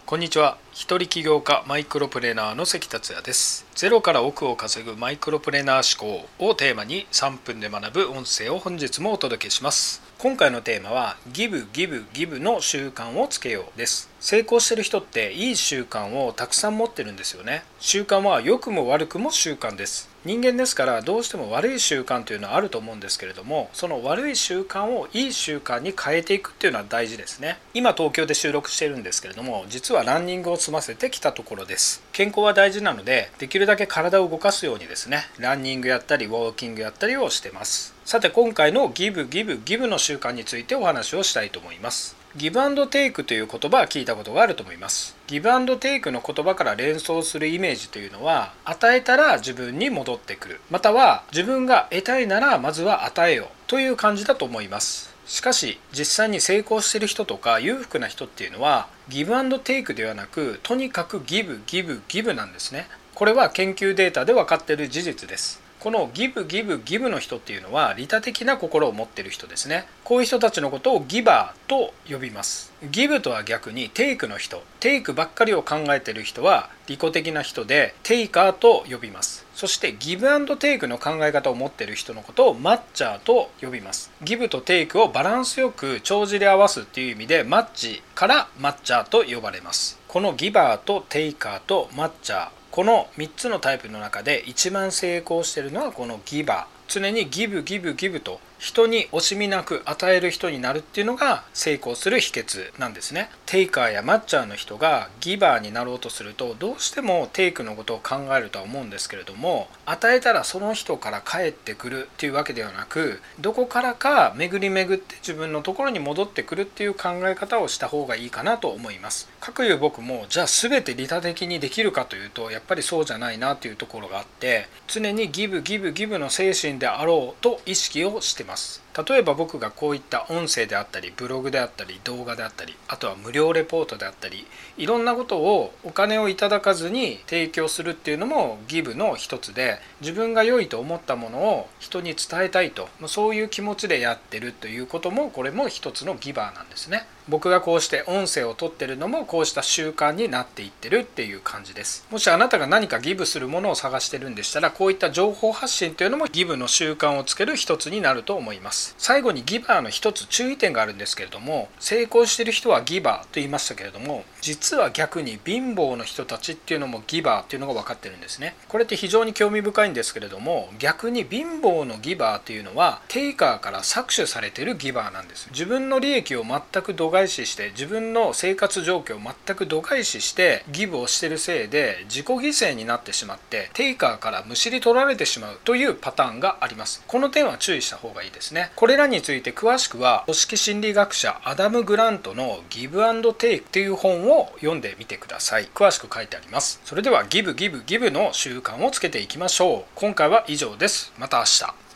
こんにちは。一人起業家マイクロプレーナーの関達也です。ゼロから億を稼ぐマイクロプレーナー思考をテーマに3分で学ぶ音声を本日もお届けします。今回のテーマはギブの習慣をつけようです。成功してる人っていい習慣をたくさん持ってるんですよね。習慣は良くも悪くも習慣です。人間ですからどうしても悪い習慣というのはあると思うんですけれども、その悪い習慣をいい習慣に変えていくっていうのは大事ですね。今東京で収録しているんですけれども、実はランニングを済ませてきたところです。健康は大事なので、できるだけ体を動かすようにですね、ランニングやったりウォーキングやったりをしてます。さて今回のギブの習慣についてお話をしたいと思います。ギブアンドテイクという言葉は聞いたことがあると思います。ギブアンドテイクの言葉から連想するイメージというのは、与えたら自分に戻ってくる、または自分が得たいならまずは与えようという感じだと思います。しかし実際に成功している人とか裕福な人っていうのはギブアンドテイクではなく、とにかくギブなんですね。これは研究データで分かっている事実です。このギブの人っていうのは利他的な心を持っている人ですね。こういう人たちのことをギバーと呼びます。ギブとは逆にテイクの人、テイクばっかりを考えている人は利己的な人でテイカーと呼びます。そしてギブアンドテイクの考え方を持っている人のことをマッチャーと呼びます。ギブとテイクをバランスよく帳尻合わすっていう意味でマッチからマッチャーと呼ばれます。このギバーとテイカーとマッチャー、この3つのタイプの中で一番成功しているのはこのギバー。常にギブと人に惜しみなく与える人になるっていうのが成功する秘訣なんですね。テイカーやマッチャーの人がギバーになろうとすると、どうしてもテイクのことを考えるとは思うんですけれども、与えたらその人から返ってくるっていうわけではなく、どこからか巡り巡って自分のところに戻ってくるっていう考え方をした方がいいかなと思います。かくいう僕もじゃあ全て利他的にできるかというと、やっぱりそうじゃないなというところがあって、常にギブの精神であろうと意識をしてます。例えば僕がこういった音声であったりブログであったり動画であったり、あとは無料レポートであったり、いろんなことをお金をいただかずに提供するっていうのもギブの一つで、自分が良いと思ったものを人に伝えたいと、そういう気持ちでやってるということも、これも一つのギバーなんですね。僕がこうして音声を取ってるのもこうした習慣になっていってるっていう感じです。もしあなたが何かギブするものを探してるんでしたら、こういった情報発信というのもギブの習慣をつける一つになると思います。最後にギバーの一つ注意点があるんですけれども、成功している人はギバーと言いましたけれども、実は逆に貧乏の人たちっていうのもギバーっていうのが分かってるんですね。これって非常に興味深いんですけれども、逆に貧乏のギバーというのはテイカーから搾取されているギバーなんです。自分の利益を全く度外視して、自分の生活状況を全く度外視してギブをしているせいで自己犠牲になってしまって、テイカーからむしり取られてしまうというパターンがあります。この点は注意した方がいいですね。これらについて詳しくは組織心理学者アダム・グラントのギブアンドテイクという本を読んでみてください。詳しく書いてあります。それではギブの習慣をつけていきましょう。今回は以上です。また明日。